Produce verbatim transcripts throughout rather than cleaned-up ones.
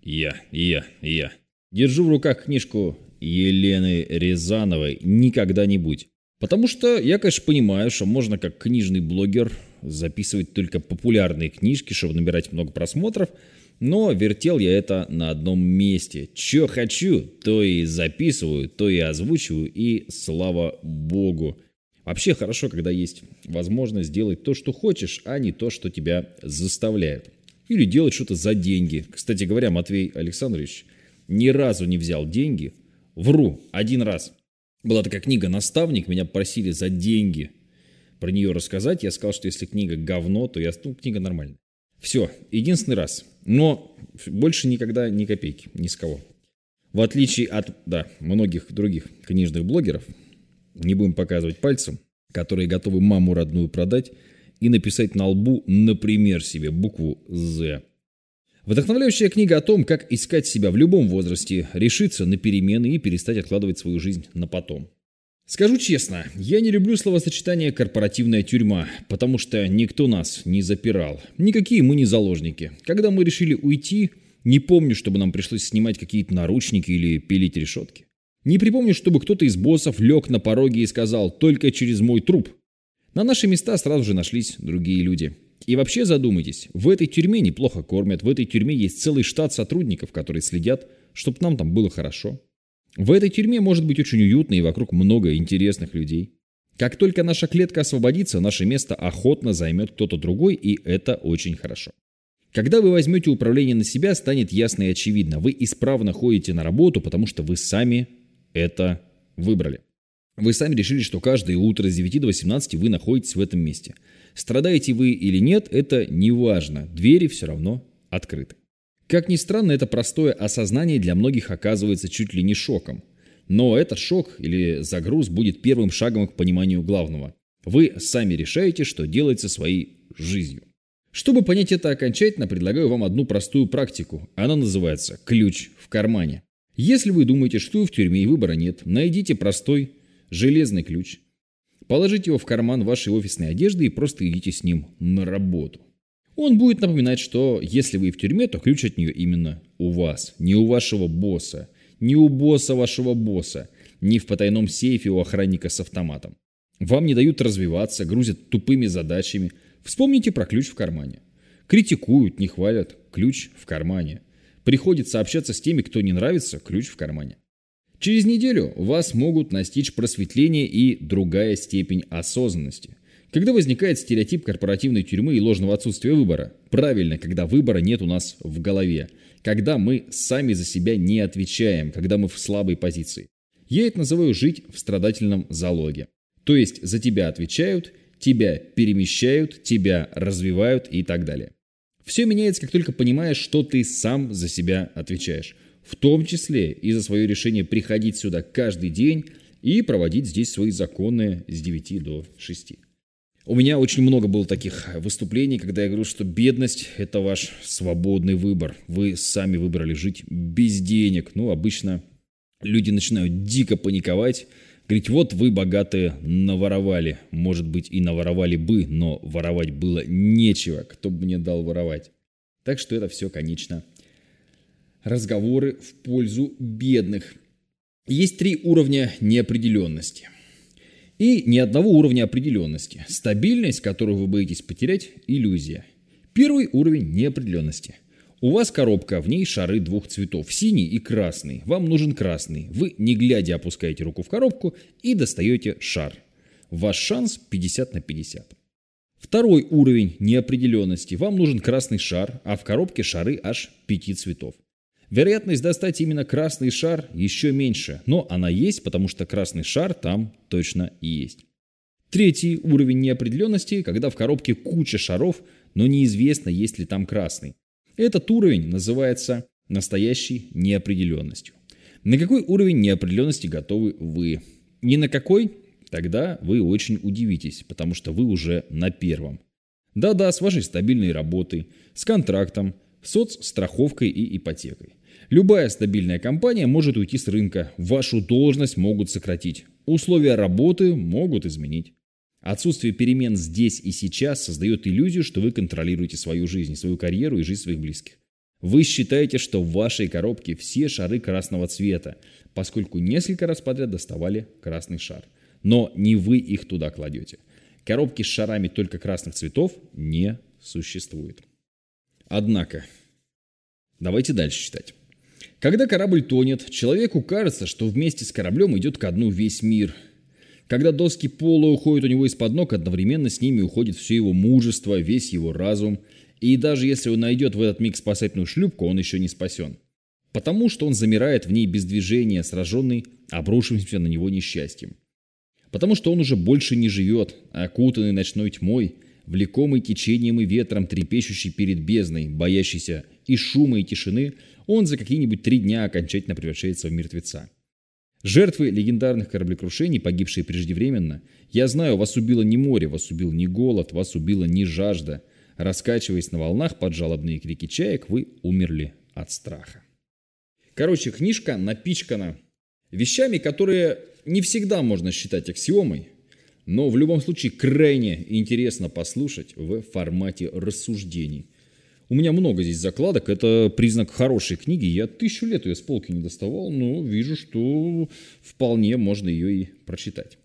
Я, я, я. Держу в руках книжку Елены Рязановой «Никогда-нибудь». Потому что я, конечно, понимаю, что можно как книжный блогер записывать только популярные книжки, чтобы набирать много просмотров, но вертел я это на одном месте. Че хочу, то и записываю, то и озвучиваю, и слава богу. Вообще хорошо, когда есть возможность сделать то, что хочешь, а не то, что тебя заставляют. Или делать что-то за деньги. Кстати говоря, Матвей Александрович ни разу не взял деньги. Вру, один раз. Была такая книга «Наставник», меня просили за деньги про нее рассказать. Я сказал, что если книга говно, то я... Ну, книга нормальная. Все, единственный раз. Но больше никогда ни копейки, ни с кого. В отличие от, да, многих других книжных блогеров, не будем показывать пальцем, которые готовы маму родную продать и написать на лбу, например, себе букву «З». Вдохновляющая книга о том, как искать себя в любом возрасте, решиться на перемены и перестать откладывать свою жизнь на потом. Скажу честно, я не люблю словосочетание «корпоративная тюрьма», потому что никто нас не запирал. Никакие мы не заложники. Когда мы решили уйти, не помню, чтобы нам пришлось снимать какие-то наручники или пилить решетки. Не припомню, чтобы кто-то из боссов лег на пороге и сказал «только через мой труп». На наши места сразу же нашлись другие люди. И вообще задумайтесь, в этой тюрьме неплохо кормят, в этой тюрьме есть целый штат сотрудников, которые следят, чтобы нам там было хорошо. В этой тюрьме может быть очень уютно и вокруг много интересных людей. Как только наша клетка освободится, наше место охотно займет кто-то другой, и это очень хорошо. Когда вы возьмете управление на себя, станет ясно и очевидно. Вы исправно ходите на работу, потому что вы сами это выбрали. Вы сами решили, что каждое утро с девяти до восемнадцати вы находитесь в этом месте. Страдаете вы или нет, это не важно. Двери все равно открыты. Как ни странно, это простое осознание для многих оказывается чуть ли не шоком. Но этот шок или загруз будет первым шагом к пониманию главного. Вы сами решаете, что делать со своей жизнью. Чтобы понять это окончательно, предлагаю вам одну простую практику. Она называется «ключ в кармане». Если вы думаете, что вы в тюрьме и выбора нет, найдите простой железный ключ, положите его в карман вашей офисной одежды и просто идите с ним на работу. Он будет напоминать, что если вы в тюрьме, то ключ от нее именно у вас, не у вашего босса, не у босса вашего босса, не в потайном сейфе у охранника с автоматом. Вам не дают развиваться, грузят тупыми задачами. Вспомните про ключ в кармане. Критикуют, не хвалят, ключ в кармане. Приходится общаться с теми, кто не нравится, ключ в кармане. Через неделю вас могут настичь просветление и другая степень осознанности. Когда возникает стереотип корпоративной тюрьмы и ложного отсутствия выбора? Правильно, когда выбора нет у нас в голове. Когда мы сами за себя не отвечаем, когда мы в слабой позиции. Я это называю жить в страдательном залоге. То есть за тебя отвечают, тебя перемещают, тебя развивают и так далее. Все меняется, как только понимаешь, что ты сам за себя отвечаешь. В том числе и за свое решение приходить сюда каждый день и проводить здесь свои законные с девяти до шести. У меня очень много было таких выступлений, когда я говорю, что бедность – это ваш свободный выбор. Вы сами выбрали жить без денег. Ну, обычно люди начинают дико паниковать. Говорить, вот вы, богатые, наворовали. Может быть, и наворовали бы, но воровать было нечего. Кто бы мне дал воровать? Так что это все, конечно, разговоры в пользу бедных. Есть три уровня неопределенности. И ни одного уровня определенности. Стабильность, которую вы боитесь потерять, иллюзия. Первый уровень неопределенности. У вас коробка, в ней шары двух цветов, синий и красный. Вам нужен красный. Вы, не глядя, опускаете руку в коробку и достаете шар. Ваш шанс пятьдесят на пятьдесят. Второй уровень неопределенности. Вам нужен красный шар, а в коробке шары аж пяти цветов. Вероятность достать именно красный шар еще меньше, но она есть, потому что красный шар там точно и есть. Третий уровень неопределенности, когда в коробке куча шаров, но неизвестно, есть ли там красный. Этот уровень называется настоящей неопределенностью. На какой уровень неопределенности готовы вы? Ни на какой? Тогда вы очень удивитесь, потому что вы уже на первом. Да-да, с вашей стабильной работой, с контрактом, соцстраховкой и ипотекой. Любая стабильная компания может уйти с рынка, вашу должность могут сократить, условия работы могут изменить. Отсутствие перемен здесь и сейчас создает иллюзию, что вы контролируете свою жизнь, свою карьеру и жизнь своих близких. Вы считаете, что в вашей коробке все шары красного цвета, поскольку несколько раз подряд доставали красный шар. Но не вы их туда кладете. Коробки с шарами только красных цветов не существует. Однако, давайте дальше читать. Когда корабль тонет, человеку кажется, что вместе с кораблем идет ко дну весь мир. Когда доски пола уходят у него из-под ног, одновременно с ними уходит все его мужество, весь его разум. И даже если он найдет в этот миг спасательную шлюпку, он еще не спасен. Потому что он замирает в ней без движения, сраженный обрушившимся на него несчастьем. Потому что он уже больше не живет, окутанный ночной тьмой, влекомый течением и ветром, трепещущий перед бездной, боящийся и шума, и тишины, он за какие-нибудь три дня окончательно превращается в мертвеца. Жертвы легендарных кораблекрушений, погибшие преждевременно, я знаю, вас убило не море, вас убил не голод, вас убила не жажда. Раскачиваясь на волнах под жалобные крики чаек, вы умерли от страха. Короче, книжка напичкана вещами, которые не всегда можно считать аксиомой, но в любом случае крайне интересно послушать в формате рассуждений. У меня много здесь закладок, это признак хорошей книги. Я тысячу лет ее с полки не доставал, но вижу, что вполне можно ее и прочитать.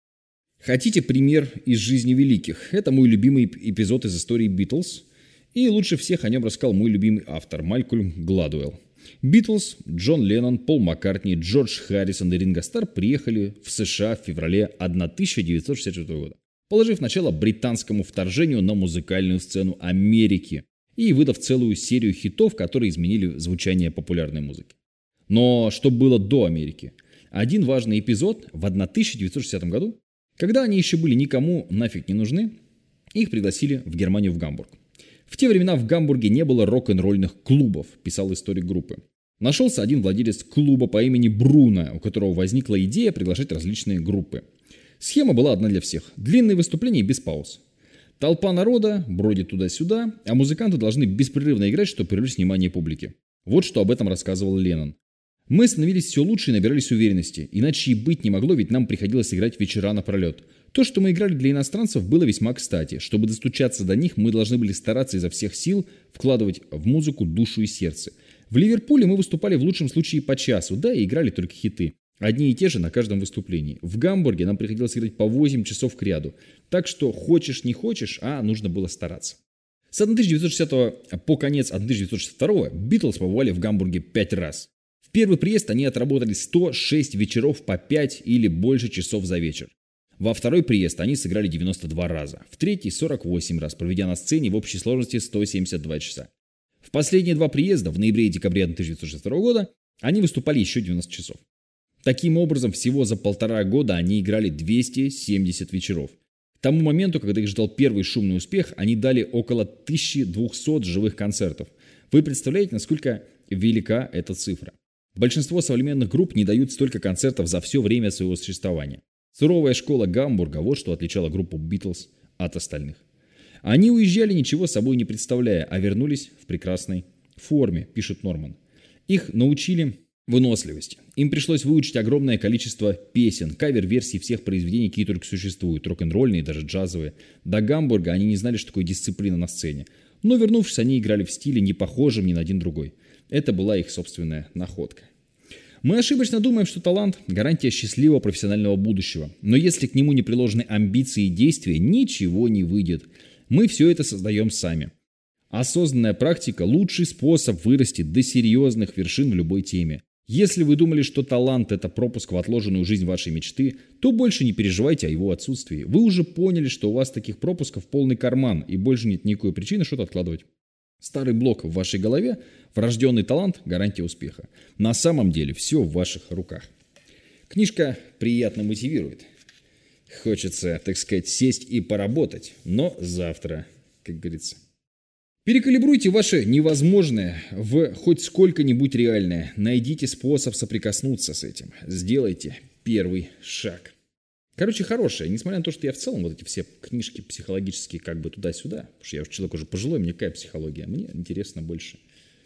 Хотите пример из жизни великих? Это мой любимый эпизод из истории Битлз. И лучше всех о нем рассказал мой любимый автор Малькольм Гладуэлл. Битлз, Джон Леннон, Пол Маккартни, Джордж Харрисон и Ринго Старр приехали в США в феврале тысяча девятьсот шестьдесят четвёртого года, положив начало британскому вторжению на музыкальную сцену Америки и выдав целую серию хитов, которые изменили звучание популярной музыки. Но что было до Америки? Один важный эпизод в тысяча девятьсот шестидесятом году, когда они еще были никому нафиг не нужны, их пригласили в Германию, в Гамбург. В те времена в Гамбурге не было рок-н-ролльных клубов, писал историк группы. Нашелся один владелец клуба по имени Бруно, у которого возникла идея приглашать различные группы. Схема была одна для всех. Длинные выступления без пауз. Толпа народа бродит туда-сюда, а музыканты должны беспрерывно играть, чтобы привлечь внимание публики. Вот что об этом рассказывал Леннон. Мы становились все лучше и набирались уверенности. Иначе и быть не могло, ведь нам приходилось играть вечера напролет. То, что мы играли для иностранцев, было весьма кстати. Чтобы достучаться до них, мы должны были стараться изо всех сил вкладывать в музыку душу и сердце. В Ливерпуле мы выступали в лучшем случае по часу, да и играли только хиты. Одни и те же на каждом выступлении. В Гамбурге нам приходилось играть по восемь часов кряду. Так что хочешь не хочешь, а нужно было стараться. С тысяча девятьсот шестидесятого по конец тысяча девятьсот шестьдесят второго Битлз побывали в Гамбурге пять раз. В первый приезд они отработали сто шесть вечеров по пять или больше часов за вечер. Во второй приезд они сыграли девяносто два раза. В третий – сорок восемь раз, проведя на сцене в общей сложности сто семьдесят два часа. В последние два приезда, в ноябре и декабре тысяча девятьсот шестьдесят второго года, они выступали еще девяносто часов. Таким образом, всего за полтора года они играли двести семьдесят вечеров. К тому моменту, когда их ждал первый шумный успех, они дали около тысячи двухсот живых концертов. Вы представляете, насколько велика эта цифра? Большинство современных групп не дают столько концертов за все время своего существования. Суровая школа Гамбурга – вот что отличало группу Битлз от остальных. Они уезжали, ничего собой не представляя, а вернулись в прекрасной форме, пишет Норман. Их научили выносливости. Им пришлось выучить огромное количество песен, кавер-версий всех произведений, какие только существуют, рок-н-ролльные, даже джазовые. До Гамбурга они не знали, что такое дисциплина на сцене. Но вернувшись, они играли в стиле, не похожем ни на один другой. Это была их собственная находка. Мы ошибочно думаем, что талант – гарантия счастливого профессионального будущего. Но если к нему не приложены амбиции и действия, ничего не выйдет. Мы все это создаем сами. Осознанная практика – лучший способ вырасти до серьезных вершин в любой теме. Если вы думали, что талант – это пропуск в отложенную жизнь вашей мечты, то больше не переживайте о его отсутствии. Вы уже поняли, что у вас таких пропусков полный карман, и больше нет никакой причины что-то откладывать. Старый блок в вашей голове, врожденный талант – гарантия успеха. На самом деле все в ваших руках. Книжка приятно мотивирует. Хочется, так сказать, сесть и поработать, но завтра, как говорится. Перекалибруйте ваше невозможное в хоть сколько-нибудь реальное. Найдите способ соприкоснуться с этим. Сделайте первый шаг. Короче, хорошая. Несмотря на то, что я в целом вот эти все книжки психологические как бы туда-сюда, потому что я уже человек уже пожилой, мне какая психология? Мне интересно больше.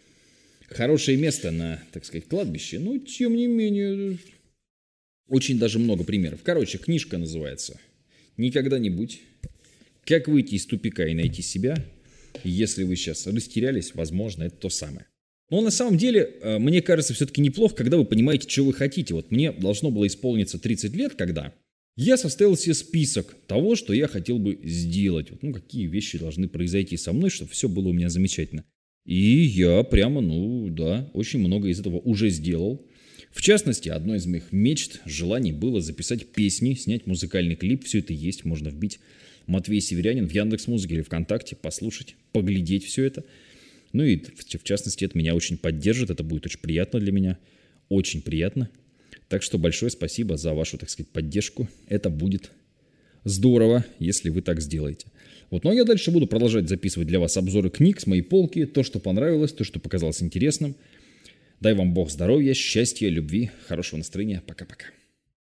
Хорошее место на, так сказать, кладбище, но тем не менее очень даже много примеров. Короче, книжка называется «Никогда-нибудь. Как выйти из тупика и найти себя». Если вы сейчас растерялись, возможно, это то самое. Но на самом деле, э, мне кажется, все-таки неплохо, когда вы понимаете, что вы хотите. Вот мне должно было исполниться тридцать лет, когда я составил себе список того, что я хотел бы сделать. Вот, ну, какие вещи должны произойти со мной, чтобы все было у меня замечательно. И я прямо, ну да, очень много из этого уже сделал. В частности, одной из моих мечт, желаний было записать песни, снять музыкальный клип. Все это есть, можно вбить Матвей Северянин в Яндекс.Музыке или ВКонтакте, послушать, поглядеть все это. Ну и в частности, это меня очень поддержит, это будет очень приятно для меня, очень приятно. Так что большое спасибо за вашу, так сказать, поддержку. Это будет здорово, если вы так сделаете. Вот, ну а я дальше буду продолжать записывать для вас обзоры книг с моей полки, то, что понравилось, то, что показалось интересным. Дай вам Бог здоровья, счастья, любви, хорошего настроения. Пока-пока.